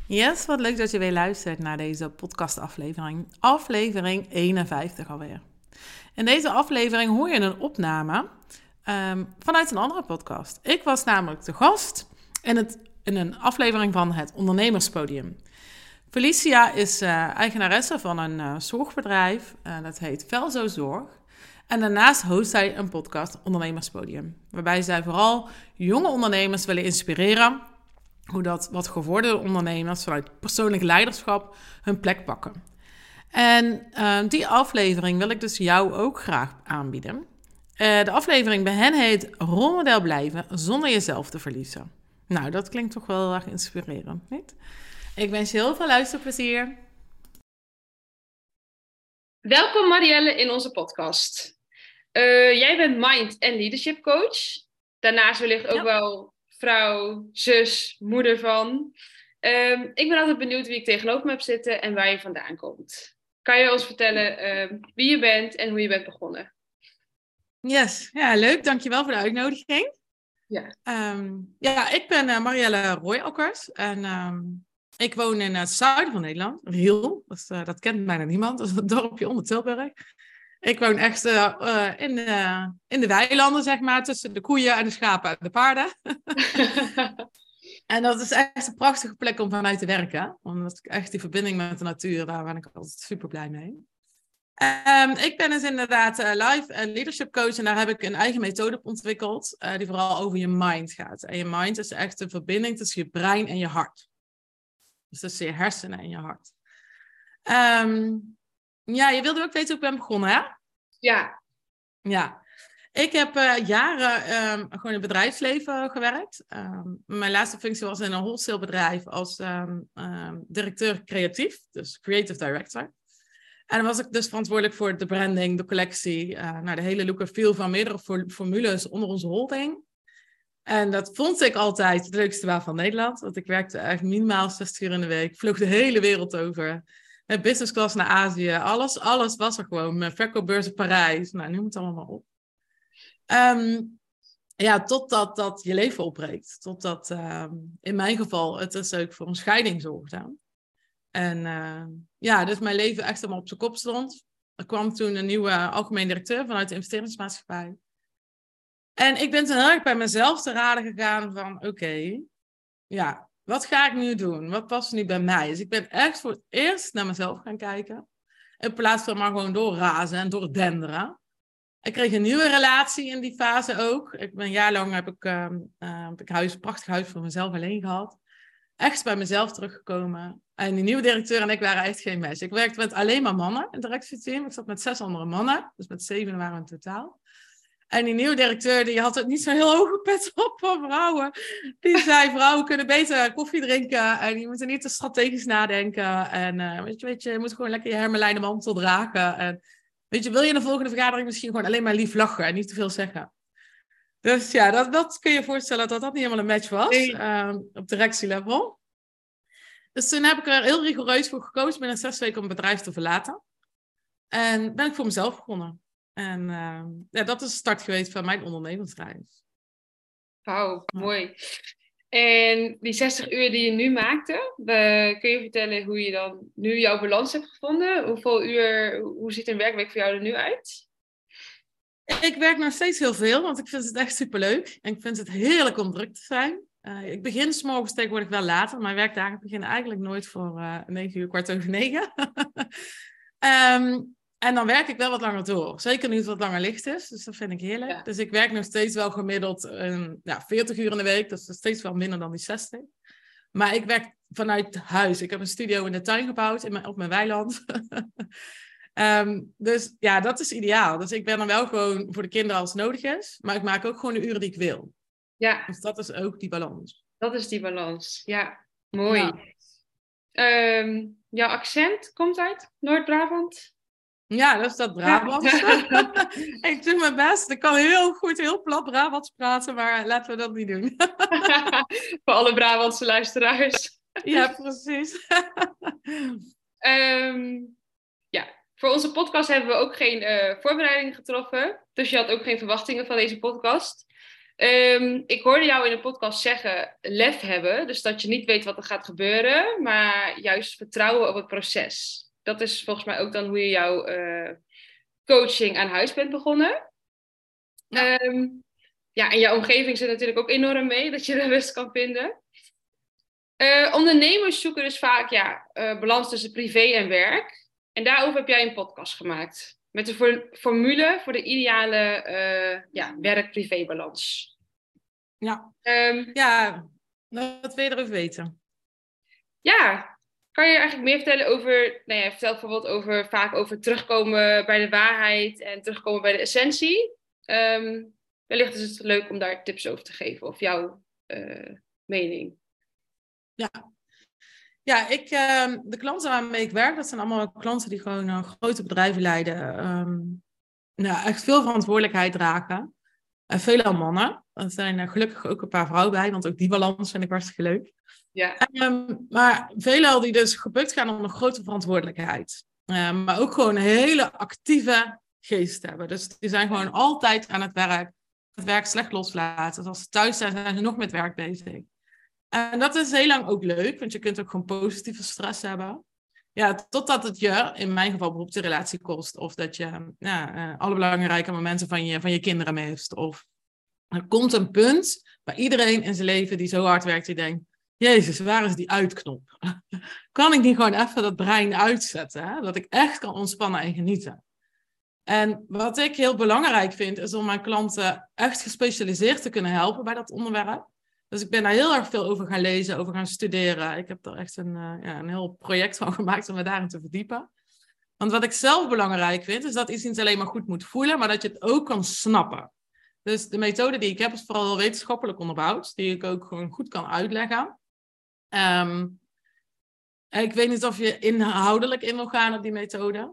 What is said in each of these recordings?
Yes, wat leuk dat je weer luistert naar deze podcastaflevering. Aflevering 51 alweer. In deze aflevering hoor je een opname vanuit een andere podcast. Ik was namelijk de gast in een aflevering van het Ondernemerspodium. Felicia is eigenaresse van een zorgbedrijf. Dat heet Velzo Zorg. En daarnaast host zij een podcast Ondernemerspodium. Waarbij zij vooral jonge ondernemers willen inspireren hoe dat wat gevorderde ondernemers vanuit persoonlijk leiderschap hun plek pakken. En die aflevering wil ik dus jou ook graag aanbieden. De aflevering bij hen heet Rolmodel blijven zonder jezelf te verliezen. Nou, dat klinkt toch wel heel erg inspirerend, niet? Ik wens je heel veel luisterplezier. Welkom Marielle in onze podcast. Jij bent mind- en leadership coach. Daarnaast wellicht ook wel vrouw, zus, moeder van. Ik ben altijd benieuwd wie ik tegenover me heb zitten en waar je vandaan komt. Kan je ons vertellen wie je bent en hoe je bent begonnen? Yes, ja, leuk. Dankjewel voor de uitnodiging. Ja, Ik ben Marielle Royakkers en ik woon in het zuiden van Nederland, Riel. Dus, dat kent bijna niemand, dat is een dorpje onder Tilburg. Ik woon echt in de weilanden, zeg maar, tussen de koeien en de schapen en de paarden. En dat is echt een prachtige plek om vanuit te werken. Omdat ik echt die verbinding met de natuur, daar ben ik altijd super blij mee. Ik ben dus inderdaad life en leadership coach en daar heb ik een eigen methode op ontwikkeld. Die vooral over je mind gaat. En je mind is echt een verbinding tussen je brein en je hart. Dus tussen je hersenen en je hart. Je wilde ook weten hoe ik ben begonnen, hè? Ja. Ik heb jaren gewoon in het bedrijfsleven gewerkt. Mijn laatste functie was in een wholesalebedrijf als directeur creatief, dus creative director. En dan was ik dus verantwoordelijk voor de branding, de collectie, de hele look en feel van meerdere formules onder onze holding. En dat vond ik altijd het leukste waar van Nederland, want ik werkte echt minimaal 60 uur in de week, vloog de hele wereld over. Met business class naar Azië, alles was er gewoon. Met verkoopbeurs in Parijs, nou noem het allemaal maar op. Totdat dat je leven opbreekt. Totdat in mijn geval het dus ook voor een scheiding zorgde. En dus mijn leven echt helemaal op zijn kop stond. Er kwam toen een nieuwe algemeen directeur vanuit de investeringsmaatschappij. En ik ben toen heel erg bij mezelf te raden gegaan van oké, wat ga ik nu doen? Wat past nu bij mij? Dus ik ben echt voor het eerst naar mezelf gaan kijken. In plaats van maar gewoon doorrazen en doordenderen. Ik kreeg een nieuwe relatie in die fase ook. Een jaar lang heb ik een prachtig huis voor mezelf alleen gehad. Echt bij mezelf teruggekomen. En die nieuwe directeur en ik waren echt geen match. Ik werkte met alleen maar mannen in het directieteam. Ik zat met 6 andere mannen. Dus met 7 waren we in totaal. En die nieuwe directeur, die had ook niet zo'n heel hoge pet op van vrouwen. Die zei, vrouwen kunnen beter koffie drinken. En die moeten niet te strategisch nadenken. En weet je moet gewoon lekker je hermelijnen mantel dragen. En weet je, wil je in de volgende vergadering misschien gewoon alleen maar lief lachen en niet te veel zeggen. Dus ja, dat kun je je voorstellen dat dat niet helemaal een match was. Op directielevel. Dus toen heb ik er heel rigoureus voor gekozen binnen 6 weken om het bedrijf te verlaten. En ben ik voor mezelf begonnen. En dat is de start geweest van mijn ondernemersreis. Wauw, mooi. En die 60 uur die je nu maakte, kun je vertellen hoe je dan nu jouw balans hebt gevonden? Hoe ziet een werkweek voor jou er nu uit? Ik werk nog steeds heel veel, want ik vind het echt superleuk. En ik vind het heerlijk om druk te zijn. Ik begin 's morgens tegenwoordig wel later. Mijn werkdagen beginnen eigenlijk nooit voor 9 uur, 8:45. En dan werk ik wel wat langer door. Zeker nu het wat langer licht is. Dus dat vind ik heerlijk. Ja. Dus ik werk nog steeds wel gemiddeld 40 uur in de week. Dat is steeds wel minder dan die 60. Maar ik werk vanuit huis. Ik heb een studio in de tuin gebouwd op mijn weiland. Dus ja, dat is ideaal. Dus ik ben er wel gewoon voor de kinderen als het nodig is. Maar ik maak ook gewoon de uren die ik wil. Ja. Dus dat is ook die balans. Dat is die balans, ja. Mooi. Ja. Jouw accent komt uit Noord-Brabant? Ja, dat is dat Brabants. Ja. Ik doe mijn best. Ik kan heel goed, heel plat Brabants praten, maar laten we dat niet doen. Voor alle Brabantse luisteraars. Ja, precies. Voor onze podcast hebben we ook geen voorbereidingen getroffen. Dus je had ook geen verwachtingen van deze podcast. Ik hoorde jou in een podcast zeggen lef hebben. Dus dat je niet weet wat er gaat gebeuren. Maar juist vertrouwen op het proces. Dat is volgens mij ook dan hoe je jouw coaching aan huis bent begonnen. Ja. Ja, en jouw omgeving zit natuurlijk ook enorm mee. Dat je de rust kan vinden. Ondernemers zoeken dus vaak balans tussen privé en werk. En daarover heb jij een podcast gemaakt. Met de formule voor de ideale werk-privé-balans. Ja. Wat wil je erover weten? Ja, kan je eigenlijk meer vertellen over... Nou ja, vertel bijvoorbeeld vaak over terugkomen bij de waarheid en terugkomen bij de essentie. Wellicht is het leuk om daar tips over te geven of jouw mening. Ja, de klanten waarmee ik werk, dat zijn allemaal klanten die gewoon grote bedrijven leiden. Echt veel verantwoordelijkheid dragen. Veelal mannen. Er zijn gelukkig ook een paar vrouwen bij, want ook die balans vind ik hartstikke leuk. Ja. Maar veelal die dus gebukt gaan onder grote verantwoordelijkheid. Maar ook gewoon een hele actieve geest hebben. Dus die zijn gewoon altijd aan het werk. Het werk slecht loslaten. Dus als ze thuis zijn, zijn ze nog met werk bezig. En dat is heel lang ook leuk, want je kunt ook gewoon positieve stress hebben. Ja, totdat het je, in mijn geval bijvoorbeeld de relatie kost. Of dat je alle belangrijke momenten van je kinderen mist. Of er komt een punt bij iedereen in zijn leven die zo hard werkt, die denkt... Jezus, waar is die uitknop? Kan ik niet gewoon even dat brein uitzetten? Hè? Dat ik echt kan ontspannen en genieten. En wat ik heel belangrijk vind, is om mijn klanten echt gespecialiseerd te kunnen helpen bij dat onderwerp. Dus ik ben daar heel erg veel over gaan lezen, over gaan studeren. Ik heb er echt een heel project van gemaakt om me daarin te verdiepen. Want wat ik zelf belangrijk vind, is dat iets niet alleen maar goed moet voelen, maar dat je het ook kan snappen. Dus de methode die ik heb is vooral wetenschappelijk onderbouwd, die ik ook gewoon goed kan uitleggen. Ik weet niet of je inhoudelijk in wil gaan op die methode.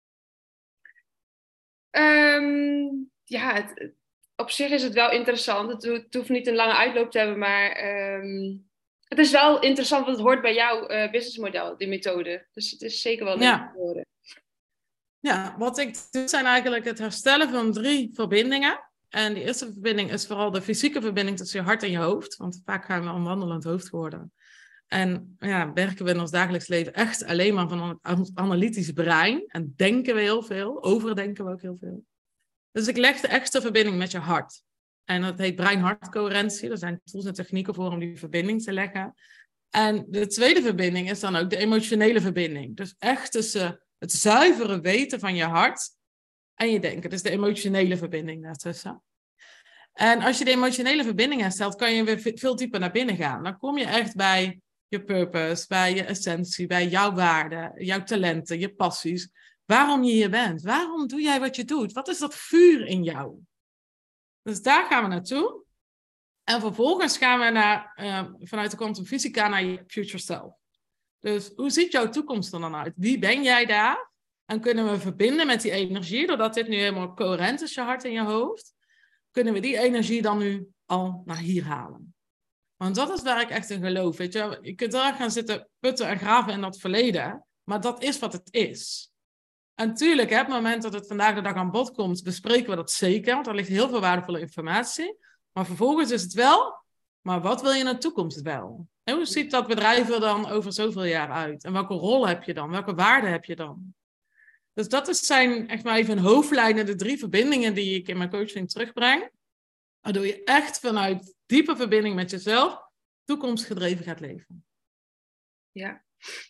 Op zich is het wel interessant. Het hoeft niet een lange uitloop te hebben, maar het is wel interessant, want het hoort bij jouw businessmodel, die methode. Dus het is zeker wel leuk te horen. Ja, wat ik doe zijn eigenlijk het herstellen van 3 verbindingen. En die eerste verbinding is vooral de fysieke verbinding tussen je hart en je hoofd. Want vaak gaan we een wandelend hoofd worden. En werken we in ons dagelijks leven echt alleen maar van een analytisch brein. En denken we heel veel, overdenken we ook heel veel. Dus ik leg de echte verbinding met je hart. En dat heet brein-hartcoherentie. Er zijn tools en technieken voor om die verbinding te leggen. En de tweede verbinding is dan ook de emotionele verbinding. Dus echt tussen het zuivere weten van je hart en je denken. Dus de emotionele verbinding daartussen. En als je de emotionele verbinding herstelt, kan je weer veel dieper naar binnen gaan. Dan kom je echt bij je purpose, bij je essentie, bij jouw waarden, jouw talenten, je passies. Waarom je hier bent. Waarom doe jij wat je doet? Wat is dat vuur in jou? Dus daar gaan we naartoe. En vervolgens gaan we vanuit de kwantumfysica naar je future self. Dus hoe ziet jouw toekomst er dan uit? Wie ben jij daar? En kunnen we verbinden met die energie, doordat dit nu helemaal coherent is, je hart en je hoofd, kunnen we die energie dan nu al naar hier halen. Want dat is waar ik echt in geloof. Weet je? Je kunt daar gaan zitten putten en graven in dat verleden, maar dat is wat het is. En natuurlijk, op het moment dat het vandaag de dag aan bod komt, bespreken we dat zeker, want er ligt heel veel waardevolle informatie. Maar vervolgens is het wel, maar wat wil je in de toekomst wel? En hoe ziet dat bedrijf er dan over zoveel jaar uit? En welke rol heb je dan? Welke waarden heb je dan? Dus dat zijn echt maar even in hoofdlijnen de 3 verbindingen die ik in mijn coaching terugbreng. Waardoor je echt vanuit diepe verbinding met jezelf toekomstgedreven gaat leven. Ja.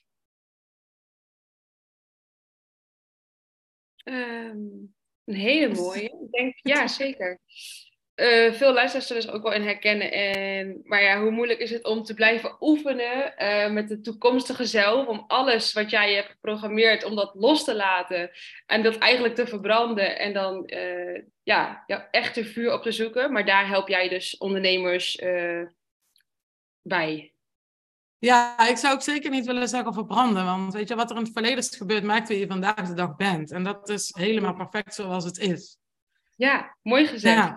Een hele mooie. Ik denk, ja, zeker. Veel luisteraars zullen zich ook wel in herkennen. Maar ja, hoe moeilijk is het om te blijven oefenen met de toekomstige zelf, om alles wat jij hebt geprogrammeerd, om dat los te laten en dat eigenlijk te verbranden en dan jouw echte vuur op te zoeken. Maar daar help jij dus ondernemers bij. Ja, ik zou ook zeker niet willen zeggen verbranden, want weet je, wat er in het verleden is gebeurd, maakt wie je vandaag de dag bent. En dat is helemaal perfect zoals het is. Ja, mooi gezegd.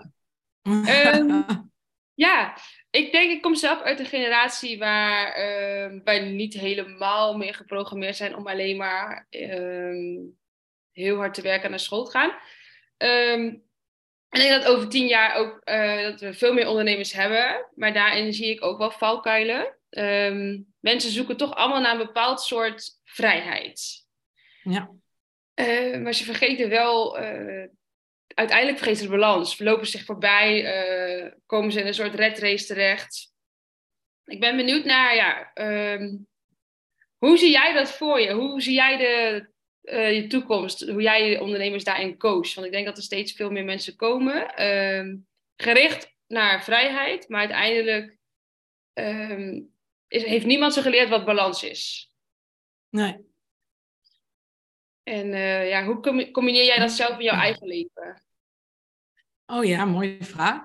Ja, ik denk, ik kom zelf uit een generatie waar wij niet helemaal meer geprogrammeerd zijn om alleen maar heel hard te werken en naar school te gaan. En ik denk dat over 10 jaar ook dat we veel meer ondernemers hebben. Maar daarin zie ik ook wel valkuilen. Mensen zoeken toch allemaal naar een bepaald soort vrijheid. Ja. Maar ze vergeten wel... uiteindelijk vergeten ze de balans. Lopen zich voorbij. Komen ze in een soort red race terecht. Ik ben benieuwd naar... hoe zie jij dat voor je? Hoe zie jij je toekomst? Hoe jij je ondernemers daarin coacht? Want ik denk dat er steeds veel meer mensen komen. Gericht naar vrijheid. Maar uiteindelijk heeft niemand ze geleerd wat balans is. Nee. En hoe combineer jij dat zelf in jouw eigen leven? Oh ja, mooie vraag.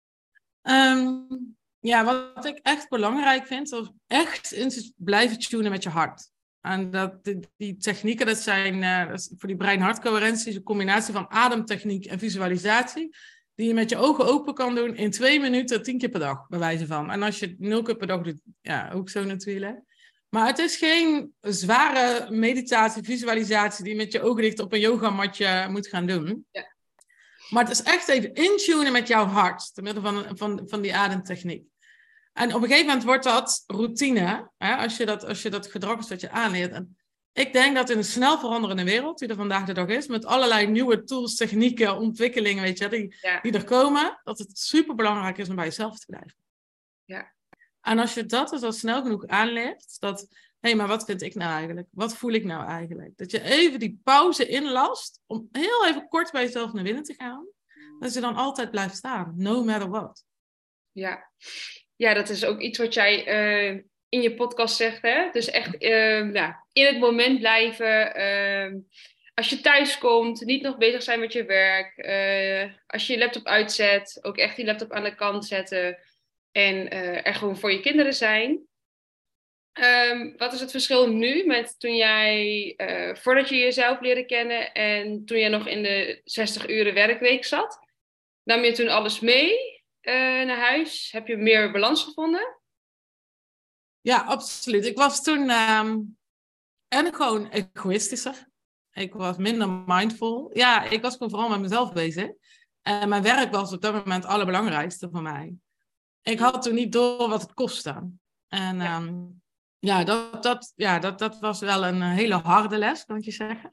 Ja, wat ik echt belangrijk vind, is echt in te blijven tunen met je hart. En die technieken, dat zijn voor die brein-hartcoherentie, een combinatie van ademtechniek en visualisatie, die je met je ogen open kan doen in 2 minuten, 10 keer per dag, bij wijze van. En als je het 0 keer per dag doet, ja, ook zo natuurlijk. Maar het is geen zware meditatie, visualisatie, die je met je ogen dicht op een yogamatje moet gaan doen. Ja. Maar het is echt even intunen met jouw hart, door middel van die ademtechniek. En op een gegeven moment wordt dat routine, hè, als je dat gedrag is wat je aanleert. En ik denk dat in een snel veranderende wereld, die er vandaag de dag is, met allerlei nieuwe tools, technieken, ontwikkelingen, weet je, die er komen, dat het super belangrijk is om bij jezelf te blijven. Ja. En als je dat dus al snel genoeg aanleert, dat, hé, maar wat vind ik nou eigenlijk? Wat voel ik nou eigenlijk? Dat je even die pauze inlast, om heel even kort bij jezelf naar binnen te gaan, dat je dan altijd blijft staan, no matter what. Ja, dat is ook iets wat jij in je podcast zegt, hè? Dus echt in het moment blijven. Als je thuis komt, niet nog bezig zijn met je werk. Als je je laptop uitzet, ook echt die laptop aan de kant zetten. En er gewoon voor je kinderen zijn. Wat is het verschil nu met toen jij, voordat je jezelf leerde kennen en toen jij nog in de 60 uren werkweek zat? Nam je toen alles mee naar huis? Heb je meer balans gevonden? Ja, absoluut. Ik was toen en gewoon egoïstischer. Ik was minder mindful. Ja, ik was gewoon vooral met mezelf bezig. En mijn werk was op dat moment het allerbelangrijkste voor mij. Ik had toen niet door wat het kostte. En dat was wel een hele harde les, kan ik je zeggen.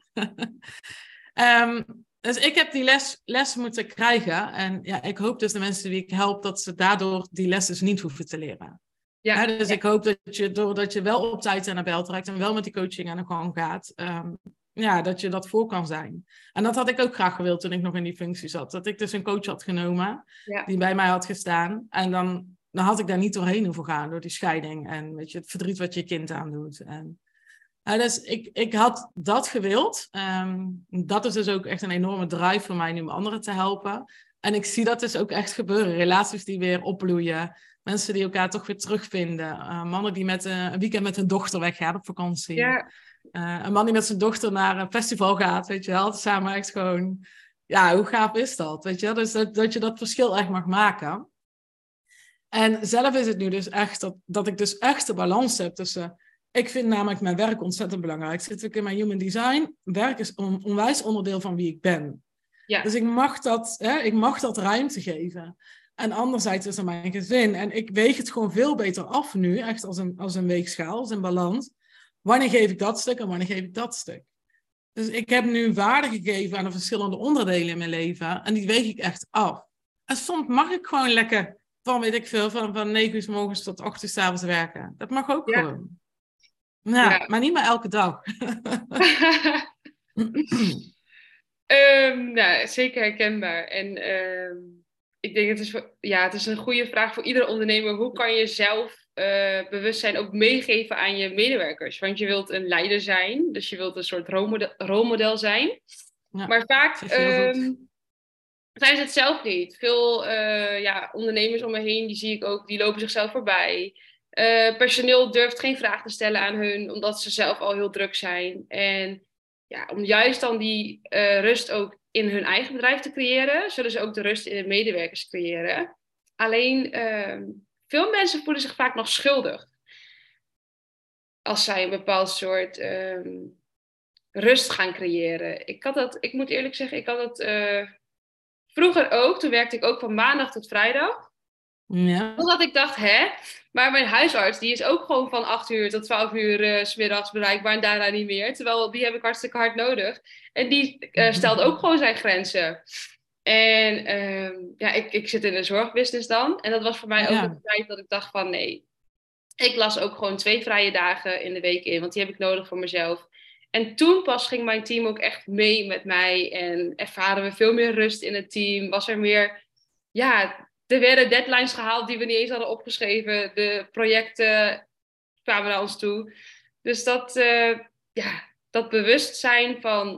Dus ik heb die les moeten krijgen. En ja, ik hoop dus de mensen die ik help, dat ze daardoor die les dus niet hoeven te leren. Ja, dus ik hoop dat je, doordat je wel op tijd aan de bel trekt en wel met die coaching aan de gang gaat, dat je dat voor kan zijn. En dat had ik ook graag gewild toen ik nog in die functie zat. Dat ik dus een coach had genomen die bij mij had gestaan. En dan had ik daar niet doorheen hoeven gaan door die scheiding en weet je, het verdriet wat je kind aandoet. En, dus ik had dat gewild. Dat is dus ook echt een enorme drive voor mij nu om anderen te helpen. En ik zie dat dus ook echt gebeuren. Relaties die weer opbloeien. Mensen die elkaar toch weer terugvinden. Mannen die met een weekend met hun dochter weggaan op vakantie. Ja. Een man die met zijn dochter naar een festival gaat, weet je wel. Samen echt gewoon... Ja, hoe gaaf is dat, weet je? Dus dat je dat verschil echt mag maken. En zelf is het nu dus echt dat ik dus echt de balans heb tussen... Ik vind namelijk mijn werk ontzettend belangrijk. Zit ook in mijn human design. Werk is een onwijs onderdeel van wie ik ben. Ja. Dus ik mag dat ruimte geven. En anderzijds is er mijn gezin. En ik weeg het gewoon veel beter af nu, echt als een weegschaal, als een balans. Wanneer geef ik dat stuk en wanneer geef ik dat stuk? Dus ik heb nu waarde gegeven aan de verschillende onderdelen in mijn leven. En die weeg ik echt af. En soms mag ik gewoon lekker van 9 uur 's morgens tot 8 uur 's avonds werken. Dat mag ook gewoon. Nou, maar niet maar elke dag. Zeker herkenbaar. En ik denk het is een goede vraag voor iedere ondernemer. Hoe kan je zelf bewustzijn ook meegeven aan je medewerkers? Want je wilt een leider zijn. Dus je wilt een soort rolmodel zijn. Ja, maar vaak zijn ze het zelf niet. Veel ondernemers om me heen, die zie ik ook, die lopen zichzelf voorbij. Personeel durft geen vraag te stellen aan hun, omdat ze zelf al heel druk zijn. En ja, om juist dan die rust ook in hun eigen bedrijf te creëren, zullen ze ook de rust in de medewerkers creëren. Alleen, veel mensen voelen zich vaak nog schuldig. Als zij een bepaald soort rust gaan creëren. Ik moet eerlijk zeggen, ik had het vroeger ook, toen werkte ik ook van maandag tot vrijdag. Ja. Totdat ik dacht, maar mijn huisarts die is ook gewoon van 8 uur tot 12 uur 's middags bereikbaar en daarna niet meer. Terwijl die heb ik hartstikke hard nodig. En die stelt ook gewoon zijn grenzen. En ik zit in de zorgbusiness dan. En dat was voor mij ook een tijd dat ik dacht van nee. Ik las ook gewoon 2 vrije dagen in de week in. Want die heb ik nodig voor mezelf. En toen pas ging mijn team ook echt mee met mij. En ervaren we veel meer rust in het team. Was er meer... Er werden deadlines gehaald die we niet eens hadden opgeschreven. De projecten kwamen naar ons toe. Dus dat bewustzijn van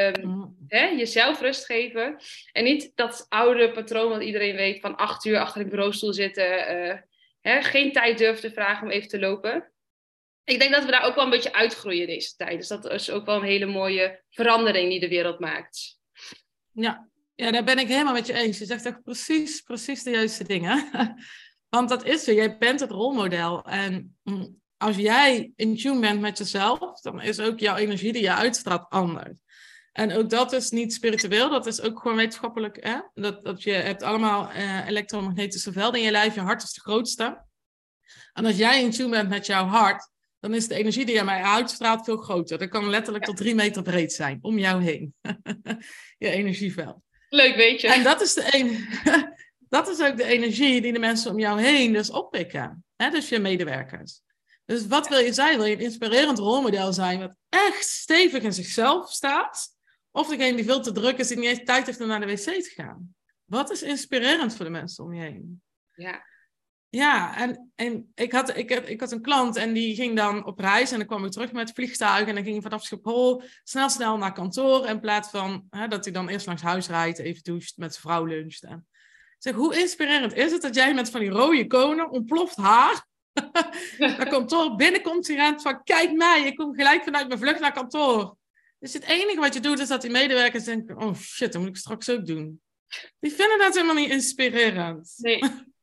jezelf rust geven. En niet dat oude patroon wat iedereen weet van 8 uur achter een bureaustoel zitten. Geen tijd durven te vragen om even te lopen. Ik denk dat we daar ook wel een beetje uitgroeien deze tijd. Dus dat is ook wel een hele mooie verandering die de wereld maakt. Ja, daar ben ik helemaal met je eens. Je zegt echt precies de juiste dingen. Want dat is zo. Jij bent het rolmodel. En als jij in tune bent met jezelf, dan is ook jouw energie die je uitstraalt anders. En ook dat is niet spiritueel, dat is ook gewoon wetenschappelijk. Hè? Dat je hebt allemaal elektromagnetische velden in je lijf. Je hart is de grootste. En als jij in tune bent met jouw hart, dan is de energie die je mij uitstraalt veel groter. Dat kan letterlijk tot 3 meter breed zijn, om jou heen. Je energieveld. Leuk, weet je. En dat is dat is ook de energie die de mensen om jou heen dus oppikken. Hè? Dus je medewerkers. Dus wat wil je zijn? Wil je een inspirerend rolmodel zijn wat echt stevig in zichzelf staat? Of degene die veel te druk is en niet eens tijd heeft om naar de wc te gaan? Wat is inspirerend voor de mensen om je heen? Ja. Ja, en ik had een klant en die ging dan op reis en dan kwam ik terug met het vliegtuig en dan ging hij vanaf Schiphol snel naar kantoor in plaats van dat hij dan eerst langs huis rijdt, even doucht, met zijn vrouw luncht. En ik zeg, hoe inspirerend is het dat jij met van die rode konen, ontploft haar, naar kantoor binnenkomt, die rent van, kijk mij, ik kom gelijk vanuit mijn vlucht naar kantoor. Dus het enige wat je doet is dat die medewerkers denken, oh shit, dat moet ik straks ook doen. Die vinden dat helemaal niet inspirerend. Nee.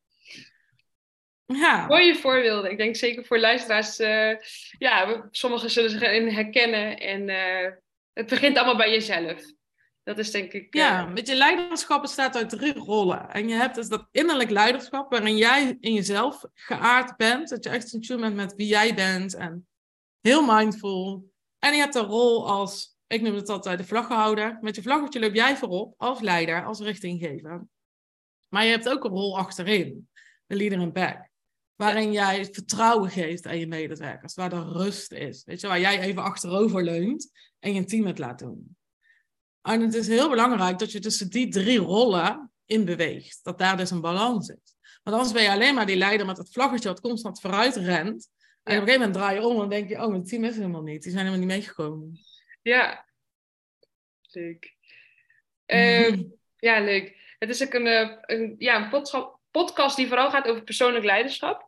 Ja. Mooie voorbeelden. Ik denk zeker voor luisteraars, sommigen zullen zich erin herkennen. En het begint allemaal bij jezelf. Dat is denk ik... met je leiderschap bestaat uit 3 rollen. En je hebt dus dat innerlijk leiderschap, waarin jij in jezelf geaard bent. Dat je echt in tune bent met wie jij bent. En heel mindful. En je hebt een rol als, ik noem het altijd de vlaggenhouder. Met je vlaggetje loop jij voorop als leider, als richtinggever. Maar je hebt ook een rol achterin. De leader in back. Waarin jij vertrouwen geeft aan je medewerkers. Waar er rust is. Weet je, waar jij even achterover leunt en je team het laat doen. En het is heel belangrijk dat je tussen die 3 rollen in beweegt. Dat daar dus een balans is. Want anders ben je alleen maar die leider met het vlaggetje wat constant vooruit rent. En op een gegeven moment draai je om en denk je, oh, mijn team is helemaal niet. Die zijn helemaal niet meegekomen. Ja. Leuk. Leuk. Het is ook een podcast die vooral gaat over persoonlijk leiderschap.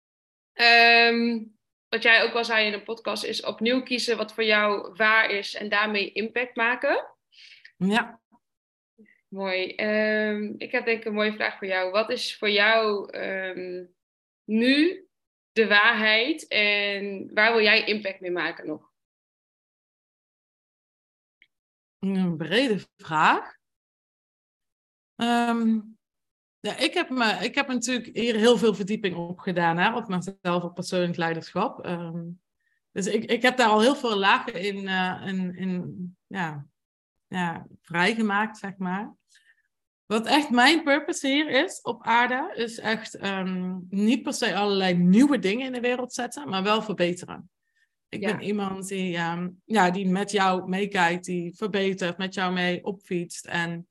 Wat jij ook al zei in een podcast is opnieuw kiezen wat voor jou waar is en daarmee impact maken. Ja. Mooi. Ik heb denk ik een mooie vraag voor jou. Wat is voor jou nu de waarheid en waar wil jij impact mee maken nog? Een brede vraag. Ik heb natuurlijk hier heel veel verdieping op gedaan, hè, op mezelf, op persoonlijk leiderschap. Dus ik heb daar al heel veel lagen in vrijgemaakt, zeg maar. Wat echt mijn purpose hier is op aarde, is echt niet per se allerlei nieuwe dingen in de wereld zetten, maar wel verbeteren. Ik ben iemand die met jou meekijkt, die verbetert, met jou mee opfietst. En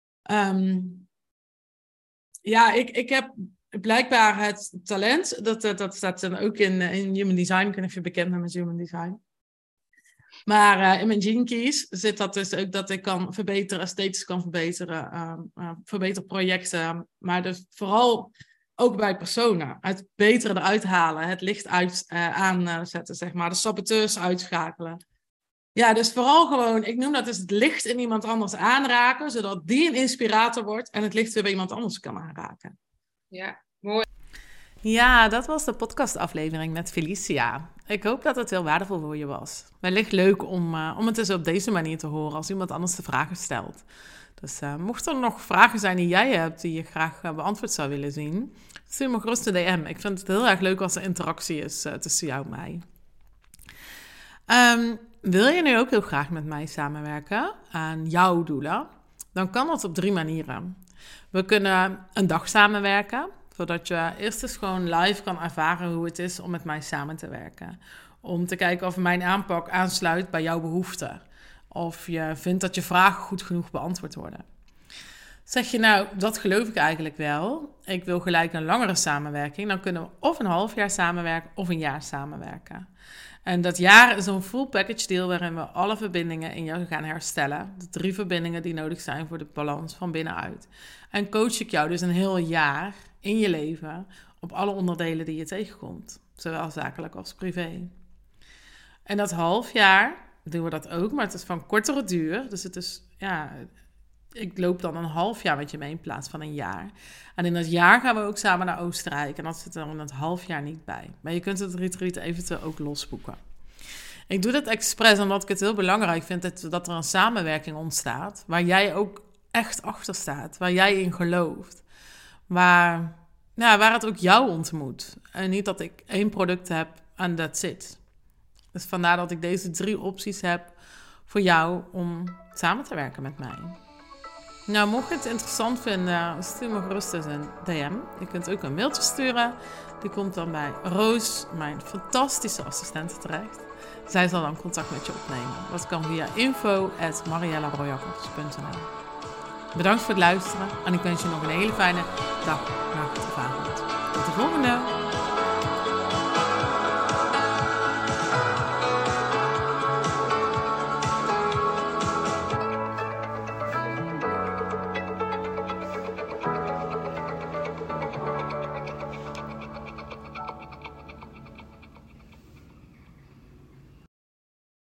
ik heb blijkbaar het talent, dat staat dan ook in Human Design, ik ben even bekend met Human Design. Maar in mijn gene keys zit dat dus ook dat ik kan verbeteren, esthetisch kan verbeteren, verbeter projecten. Maar dus vooral ook bij personen. Het betere eruit halen, het licht aanzetten, zeg maar. De saboteurs uitschakelen. Ja, dus vooral gewoon, ik noem dat dus het licht in iemand anders aanraken, zodat die een inspirator wordt en het licht weer bij iemand anders kan aanraken. Ja, mooi. Ja, dat was de podcastaflevering met Felicia. Ik hoop dat het heel waardevol voor je was. Wellicht leuk om het dus op deze manier te horen als iemand anders de vragen stelt. Dus mocht er nog vragen zijn die jij hebt die je graag beantwoord zou willen zien, stuur me gerust een DM. Ik vind het heel erg leuk als er interactie is tussen jou en mij. Wil je nu ook heel graag met mij samenwerken aan jouw doelen? Dan kan dat op 3 manieren. We kunnen een dag samenwerken, zodat je eerst eens gewoon live kan ervaren hoe het is om met mij samen te werken. Om te kijken of mijn aanpak aansluit bij jouw behoeften. Of je vindt dat je vragen goed genoeg beantwoord worden. Zeg je nou, dat geloof ik eigenlijk wel. Ik wil gelijk een langere samenwerking. Dan kunnen we of een half jaar samenwerken of een jaar samenwerken. En dat jaar is een full package deal waarin we alle verbindingen in jou gaan herstellen. De 3 verbindingen die nodig zijn voor de balans van binnenuit. En coach ik jou dus een heel jaar in je leven op alle onderdelen die je tegenkomt. Zowel zakelijk als privé. En dat half jaar doen we dat ook, maar het is van kortere duur. Dus het is, ik loop dan een half jaar met je mee in plaats van een jaar. En in dat jaar gaan we ook samen naar Oostenrijk. En dat zit er in het half jaar niet bij. Maar je kunt het retreat eventueel ook losboeken. Ik doe dat expres omdat ik het heel belangrijk vind dat er een samenwerking ontstaat. Waar jij ook echt achter staat. Waar jij in gelooft. Waar het ook jou ontmoet. En niet dat ik 1 product heb en that's it. Dus vandaar dat ik deze 3 opties heb voor jou om samen te werken met mij. Nou, mocht je het interessant vinden, stuur me gerust eens een DM. Je kunt ook een mailtje sturen. Die komt dan bij Roos, mijn fantastische assistente, terecht. Zij zal dan contact met je opnemen. Dat kan via info@marielleroyakkers.nl. Bedankt voor het luisteren en ik wens je nog een hele fijne dag, nacht of avond. Tot de volgende!